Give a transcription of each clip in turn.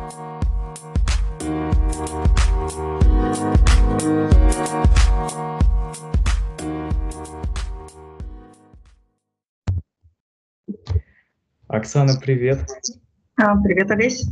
Оксана, привет. Привет, Олесь.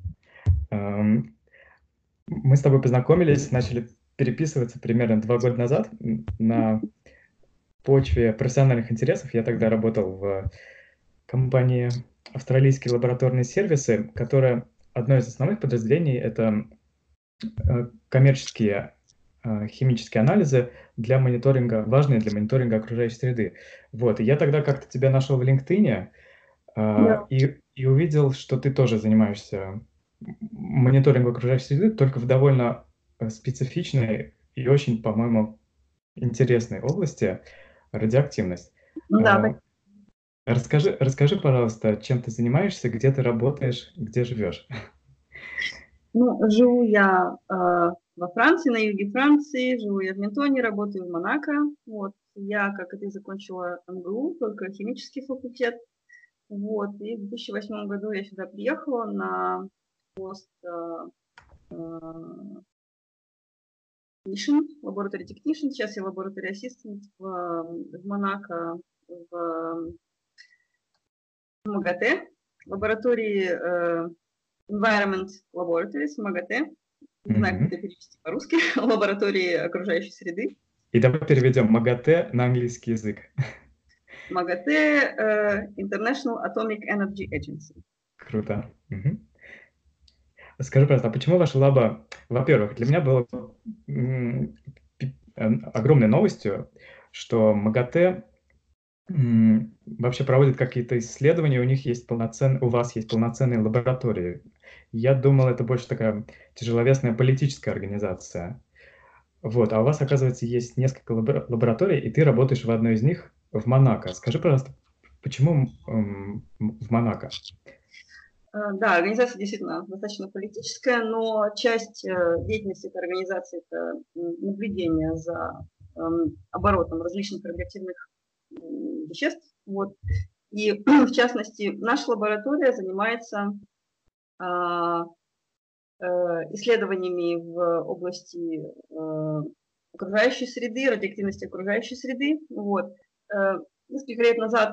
Мы с тобой познакомились, начали переписываться примерно 2 года назад на почве профессиональных интересов. Я тогда работал в компании «Австралийские лабораторные сервисы», которая одно из основных подразделений — это коммерческие химические анализы для мониторинга, важные для мониторинга окружающей среды. Вот, и я тогда как-то тебя нашел в LinkedIn, Да. и увидел, что ты тоже занимаешься мониторингом окружающей среды, только в довольно специфичной и очень, по-моему, интересной области — радиоактивность. Да, так. Расскажи, пожалуйста, чем ты занимаешься, где ты работаешь, где живешь? Живу я во Франции, на юге Франции, живу я в Ментоне, работаю в Монако. Вот. Я, как и ты, закончила МГУ, только химический факультет. Вот. И в 2008 году я сюда приехала на пост Laboratory Technician. Сейчас я Laboratory Assistant в Монако, в МАГАТЭ, лаборатории Environment Laboratories, МАГАТЭ. Не знаю, как это перевести по-русски. Лаборатории окружающей среды. И давай переведем МАГАТЭ на английский язык. МАГАТЭ International Atomic Energy Agency. Круто. Скажи, пожалуйста, а почему ваша лаба... Во-первых, для меня было огромной новостью, что МАГАТЭ вообще проводит какие-то исследования, у вас есть полноценные лаборатории. Я думал, это больше такая тяжеловесная политическая организация. Вот, а у вас, оказывается, есть несколько лабораторий, и ты работаешь в одной из них в Монако. Скажи, пожалуйста, почему в Монако? Да, организация действительно достаточно политическая, но часть деятельности этой организации – это наблюдение за оборотом различных радиоактивных веществ. Вот. И, в частности, наша лаборатория занимается исследованиями в области окружающей среды, радиоактивности окружающей среды. Вот. Несколько лет назад,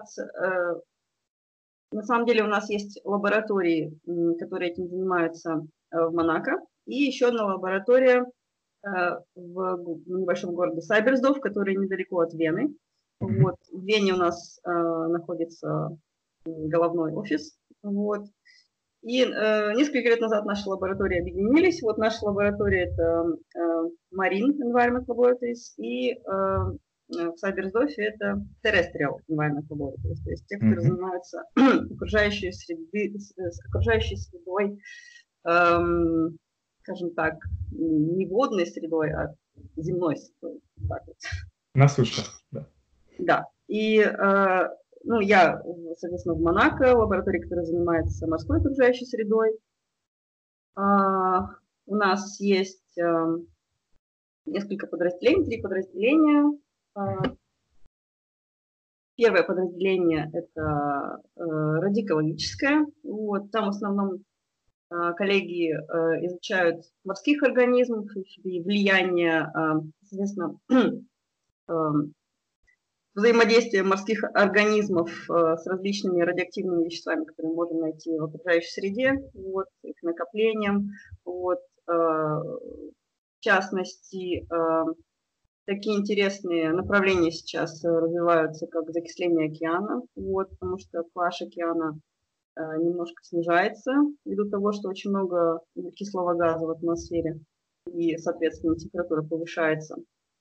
на самом деле, у нас есть лаборатории, которые этим занимаются в Монако, и еще одна лаборатория в небольшом городе Сайберсдорф, который недалеко от Вены. Вот. В Вене у нас находится головной офис. Вот. И несколько лет назад наши лаборатории объединились. Вот наша лаборатория – это Marine Environment Laboratories, и в Сайберсдорфе это Terrestrial Environment Laboratories, то есть те, которые занимаются окружающей средой, скажем так, не водной средой, а земной средой. Так вот. На суше, да. Да. И я, соответственно, в Монако, лаборатория, которая занимается морской окружающей средой. У нас есть несколько подразделений, 3 подразделения. Первое подразделение – это радикологическое. Вот, там в основном коллеги изучают морских организмов и влияние, соответственно, взаимодействие морских организмов с различными радиоактивными веществами, которые мы можем найти в окружающей среде, вот, их накоплением. Вот, в частности, такие интересные направления сейчас развиваются, как закисление океана, вот, потому что pH океана немножко снижается ввиду того, что очень много кислого газа в атмосфере, и, соответственно, температура повышается.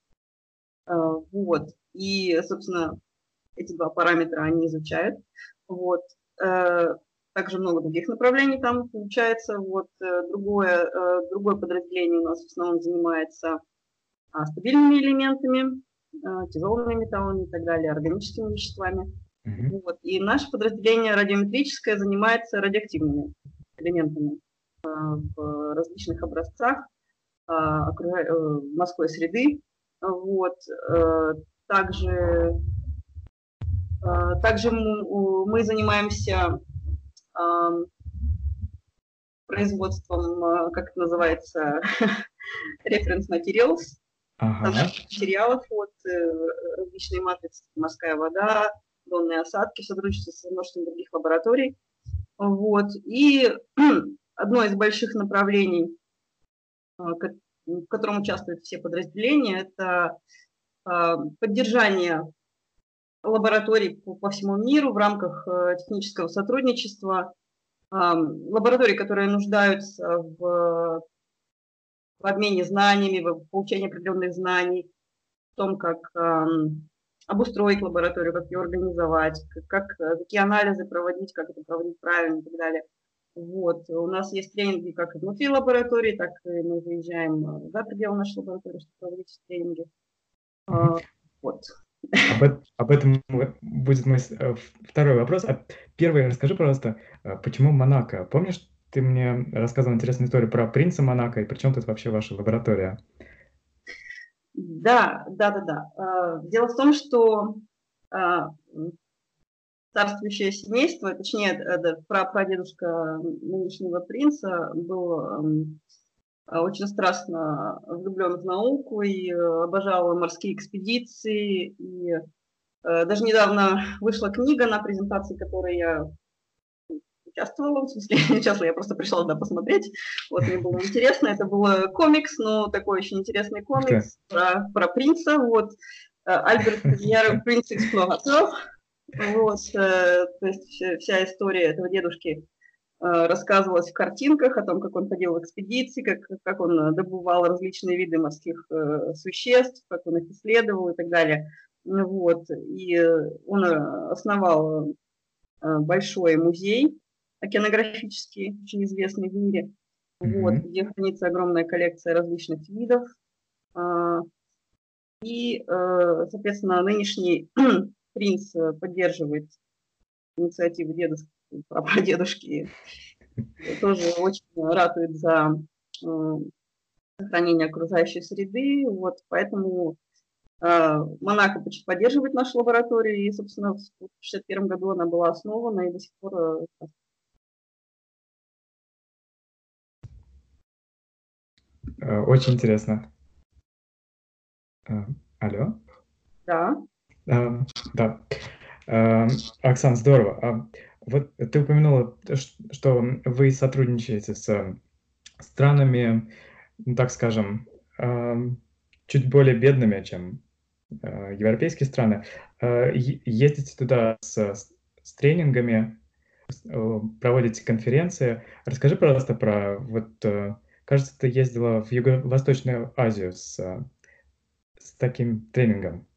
Вот. И, собственно, эти 2 параметра они изучают. Вот. Также много других направлений там изучается. Вот. Другое подразделение у нас в основном занимается стабильными элементами, тяжелыми металлами и так далее, органическими веществами. Вот. И наше подразделение радиометрическое занимается радиоактивными элементами в различных образцах морской среды. Вот. Также мы занимаемся производством, как это называется, reference materials, Ага. материалов, вот, различные матрицы, морская вода, донные осадки, в сотрудничестве со множеством других лабораторий. Вот. И одно из больших направлений, в котором участвуют все подразделения, это поддержание лабораторий по всему миру в рамках технического сотрудничества, лабораторий, которые нуждаются в обмене знаниями, в получении определенных знаний, в том, как обустроить лабораторию, как ее организовать, какие анализы проводить, как это проводить правильно и так далее. Вот. У нас есть тренинги как и внутри лаборатории, так и мы выезжаем за пределы нашей лаборатории, чтобы проводить тренинги. Вот. Об этом будет мой второй вопрос. Первый, расскажи, пожалуйста, почему Монако? Помнишь, ты мне рассказывал интересную историю про принца Монако, и при чем тут вообще ваша лаборатория? Да. Дело в том, что царствующее семейство, точнее, прапрадедушка нынешнего принца был очень страстно влюблен в науку и обожал морские экспедиции. И даже недавно вышла книга, на презентации которой я участвовала, в смысле, не участвовала, я просто пришла туда посмотреть. Вот, мне было интересно. Это был комикс, но такой очень интересный комикс про принца. Вот. Альберт Казьяр, принц эксплуатор. Вот, то есть вся история этого дедушки рассказывалась в картинках о том, как он ходил в экспедиции, как он добывал различные виды морских существ, как он их исследовал и так далее. Вот. И он основал большой музей океанографический, очень известный в мире, вот, где хранится огромная коллекция различных видов. И, соответственно, нынешний принц поддерживает инициативу дедушки, прадедушки, тоже очень ратует за сохранение окружающей среды. Вот, поэтому Монако поддерживает нашу лабораторию, и, собственно, в 1961 году она была основана и до сих пор. Очень интересно. Алло? Да. Да. Оксан, здорово. Вот ты упомянула, что вы сотрудничаете с странами, ну, так скажем, чуть более бедными, чем европейские страны. Ездите туда с тренингами, проводите конференции. Расскажи, пожалуйста, про кажется, ты ездила в Юго-Восточную Азию с таким тренингом.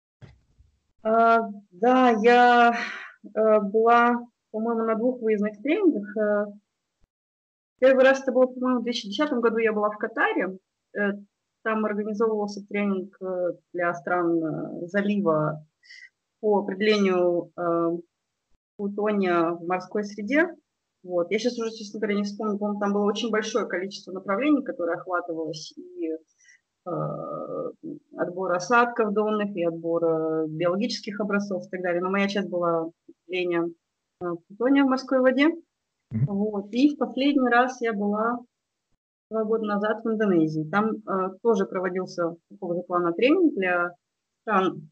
Да, я была, по-моему, на 2 выездных тренингах. Первый раз это было, по-моему, в 2010 году я была в Катаре. Там организовывался тренинг для стран залива по определению плутония в морской среде. Вот. Я сейчас уже, честно говоря, не вспомню, по-моему, там было очень большое количество направлений, которое охватывалось, и отбор осадков донных, и отбор биологических образцов и так далее. Но моя часть была определение плутония в морской воде. Вот. И в последний раз я была 2 года назад в Индонезии. Там тоже проводился такого же плана тренинг для стран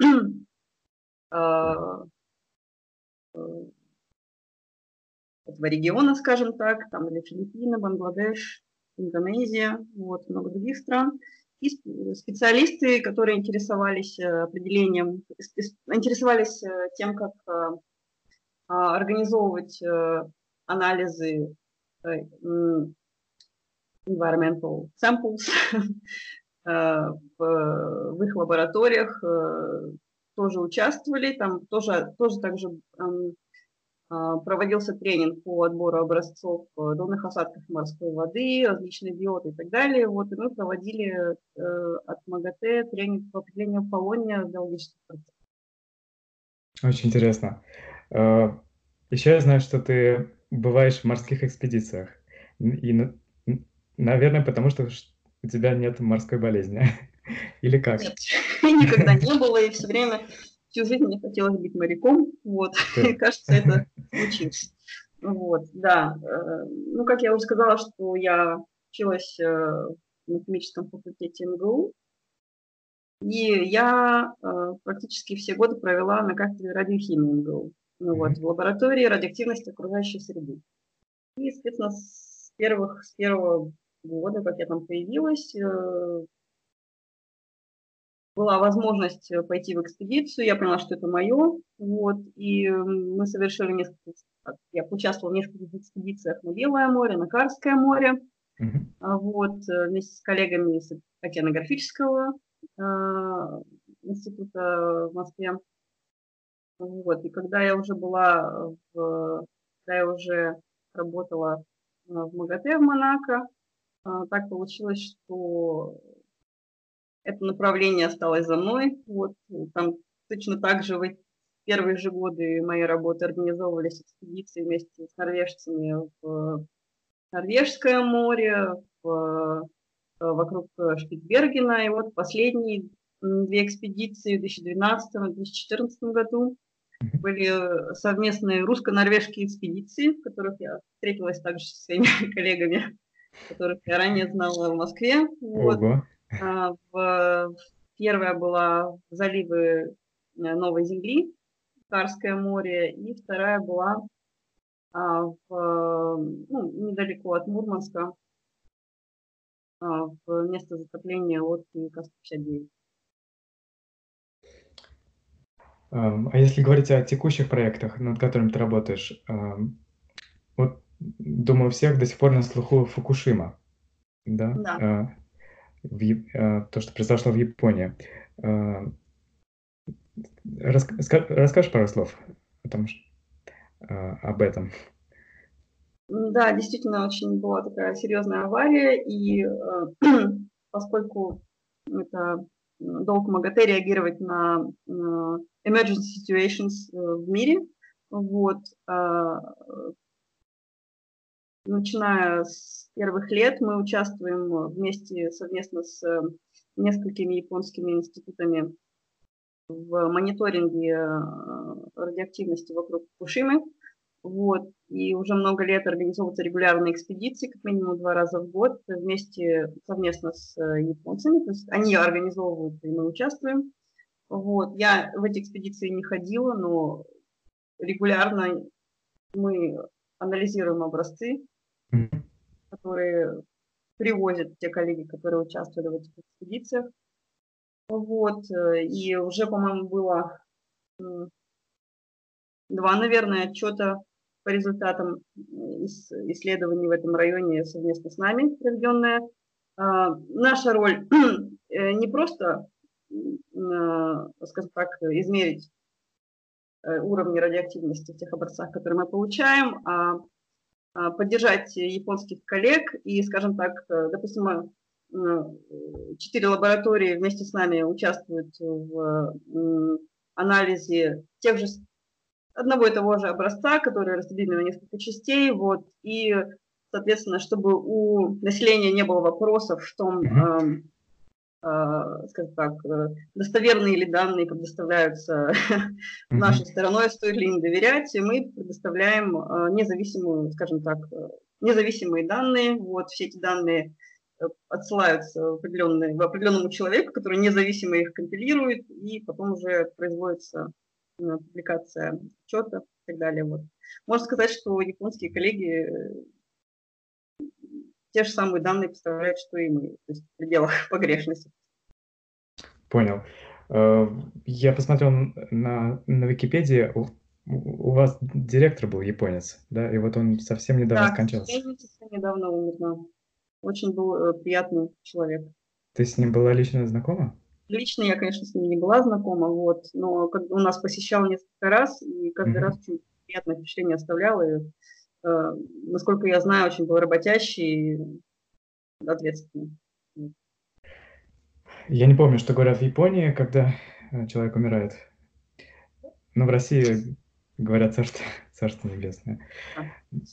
этого региона, скажем так, там или Филиппины, Бангладеш, Индонезия, вот, много других стран. И специалисты, которые интересовались определением, интересовались тем, как организовывать анализы environmental samples в их лабораториях, тоже участвовали. Там тоже также проводился тренинг по отбору образцов донных осадков морской воды, различные биоты и так далее. Вот, и мы проводили от МАГАТЭ тренинг по определению полония биологических процессов. Очень интересно. Еще я знаю, что ты бываешь в морских экспедициях. И, наверное, потому что у тебя нет морской болезни. Или как? Нет, никогда не было, и все время, всю жизнь мне хотелось быть моряком. Вот, и кажется, это случилось. Вот, да. Ну, как я уже сказала, что я училась на химическом факультете МГУ, и я практически все годы провела на кафедре радиохимии МГУ, ну, вот, Мгм. в лаборатории радиоактивности окружающей среды. И, соответственно, с первого года, как я там появилась, была возможность пойти в экспедицию, я поняла, что это мое, вот, и мы совершили я поучаствовала в нескольких экспедициях на Белое море, на Карское море, Мгм. вот, вместе с коллегами из океанографического института в Москве, вот, и когда я уже работала в МАГАТЭ в Монако, так получилось, что это направление осталось за мной. Вот, там точно так же в первые же годы моей работы организовывались экспедиции вместе с норвежцами в Норвежское море, вокруг Шпицбергена. И вот последние две экспедиции в 2012 и 2014 году Мгм. были совместные русско-норвежские экспедиции, в которых я встретилась также со своими коллегами, которых я ранее знала в Москве. Вот. Ого. Первая была в заливы Новой Земли, Карское море, и вторая была ну, недалеко от Мурманска, в место затопления лодки КАС-59. А если говорить о текущих проектах, над которыми ты работаешь, вот, думаю, у всех до сих пор на слуху Фукушима, да? Да. То, что произошло в Японии. А, расскажешь пару слов о том, об этом? Да, действительно, очень была такая серьезная авария, и поскольку это долг МАГАТЭ реагировать на emergency situations в мире, вот, начиная с первых лет мы участвуем совместно с несколькими японскими институтами в мониторинге радиоактивности вокруг Фукушимы. Вот. И уже много лет организовываются регулярные экспедиции, как минимум 2 раза в год, совместно с японцами. То есть они организовывают, и мы участвуем. Вот. Я в эти экспедиции не ходила, но регулярно мы анализируем образцы, Мгм. которые привозят те коллеги, которые участвовали в этих экспедициях. Вот. И уже, по-моему, было 2, наверное, отчета по результатам исследований в этом районе совместно с нами проведенная. Наша роль не просто, скажем так, измерить уровни радиоактивности в тех образцах, которые мы получаем, поддержать японских коллег и, скажем так, допустим, 4 лаборатории вместе с нами участвуют в анализе одного и того же образца, который разделены на несколько частей, вот, и, соответственно, чтобы у населения не было вопросов в том, Мгм. скажем так, достоверные ли данные предоставляются Мгм. нашей стороной, стоит ли им доверять, и мы предоставляем независимую, скажем так, независимые данные, вот, все эти данные отсылаются определенному человеку, который независимо их компилирует, и потом уже производится публикация отчета и так далее. Вот. Можно сказать, что японские коллеги те же самые данные представляют, что и мы, то есть в пределах погрешности. Понял. Я посмотрел на Википедии, у вас директор был японец, да, и вот он совсем недавно Да, к скончался. сожалению, совсем недавно умер, да. Очень был приятный человек. Ты с ним была лично знакома? Лично я, конечно, с ним не была знакома, вот, но он нас посещал несколько раз, и каждый раз Мгм. очень приятное впечатление оставлял. И, насколько я знаю, очень был работящий и ответственный. Я не помню, что говорят в Японии, когда человек умирает. Но в России говорят царство, царство небесное. Да.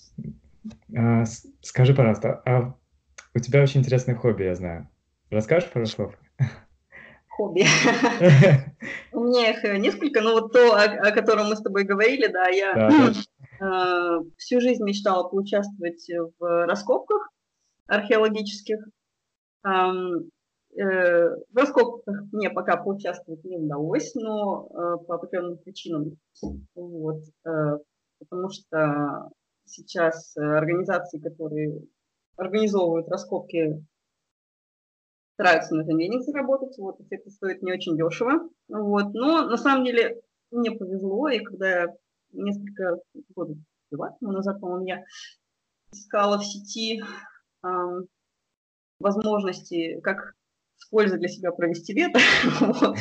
Скажи, пожалуйста, у тебя очень интересное хобби, я знаю. Расскажешь пару слов? Хобби. У меня их несколько, но вот то, о котором мы с тобой говорили, да, я Да, да. всю жизнь мечтала поучаствовать в раскопках археологических. В раскопках мне пока поучаствовать не удалось, но по определенным причинам. Вот, потому что сейчас организации, которые организовывают раскопки, стараются на этом денег заработать. Вот, это стоит не очень дешево. Вот, но на самом деле мне повезло, и когда я несколько годов, 2 назад, по-моему, я искала в сети возможности, как с пользой для себя провести лето. Вот.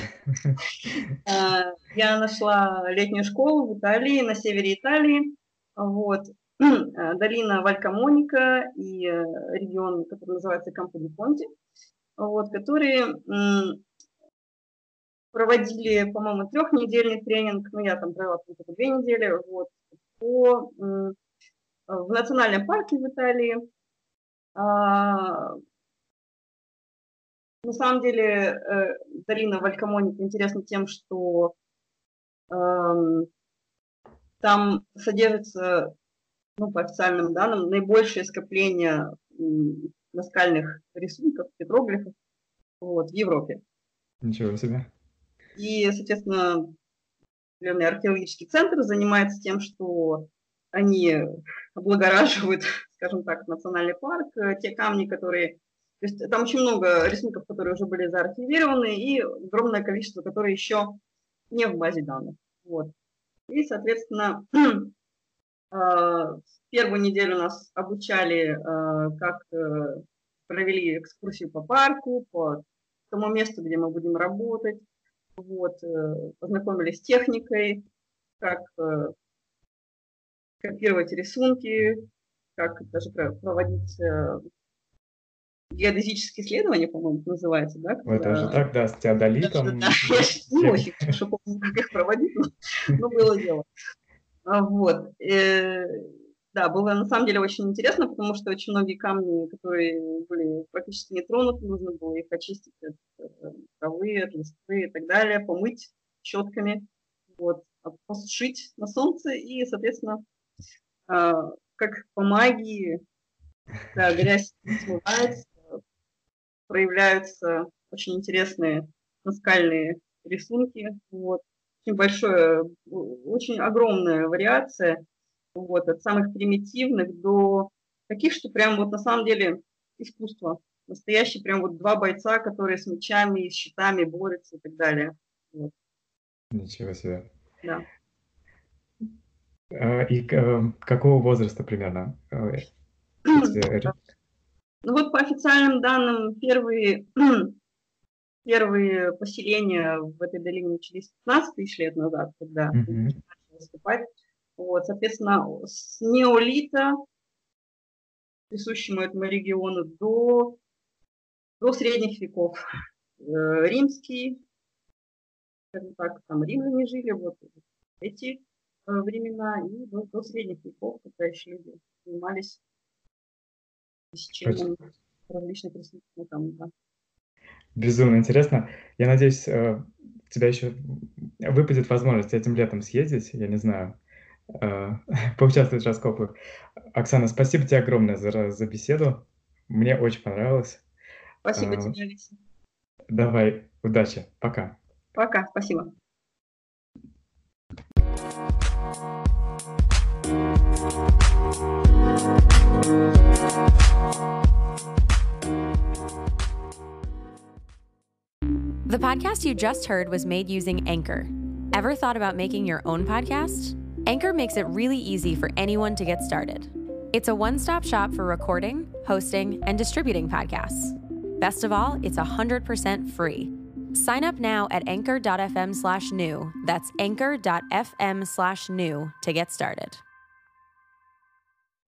Я нашла летнюю школу в Италии, на севере Италии. Вот. Долина Валь-Камоника и регион, который называется Кампо-ди-Понти, вот, которые проводили, по-моему, 3-недельный тренинг, ну, я там провела только 2 недели, вот, в национальном парке в Италии. На самом деле, долина Валь-Камоника интересна тем, что там содержится, ну, по официальным данным, наибольшее скопление наскальных рисунков, петроглифов, вот, в Европе. Ничего себе. И, соответственно, определенный археологический центр занимается тем, что они облагораживают, скажем так, национальный парк, те камни, которые... То есть там очень много рисунков, которые уже были заархивированы, и огромное количество, которые еще не в базе данных. Вот. И, соответственно, первую неделю нас обучали, как провели экскурсию по парку, по тому месту, где мы будем работать. Вот, познакомились с техникой, как копировать рисунки, как даже проводить геодезические исследования, по-моему, называется, да? Ой, даже так, да, с теодолитом. Да, я не очень хорошо помню, как их проводить, но было дело. Вот. Да, было на самом деле очень интересно, потому что очень многие камни, которые были практически не тронуты, нужно было их очистить от травы, от листвы и так далее, помыть щетками, вот, посушить на солнце и, соответственно, как по магии, да, грязь смывается, проявляются очень интересные наскальные рисунки, вот. Очень большое, очень огромная вариация, вот, от самых примитивных до таких, что прям вот на самом деле искусство. Настоящие прям вот 2 бойца, которые с мечами и щитами борются и так далее. Вот. Ничего себе. Да. И какого возраста примерно? Ну вот по официальным данным, первые поселения в этой долине начались 15 тысяч лет назад, когда начали выступать. Вот, соответственно, с неолита, присущему этому региону, до средних веков. Римский, скажем так, там римляне жили, вот эти времена, и до средних веков, когда еще люди занимались посещением различных рисунков там, да. Безумно интересно. Я надеюсь, у тебя еще выпадет возможность этим летом съездить, я не знаю, поучаствовать в раскопах. Оксана, спасибо тебе огромное за беседу. Мне очень понравилось. Спасибо тебе, Алексей. Давай, удачи. Пока. Пока, спасибо. The podcast you just heard was made using Anchor. Ever thought about making your own podcast? Anchor makes it really easy for anyone to get started. It's a one-stop shop for recording, hosting, and distributing podcasts. Best of all, it's 100% free. Sign up now at anchor.fm/new. That's anchor.fm/new to get started.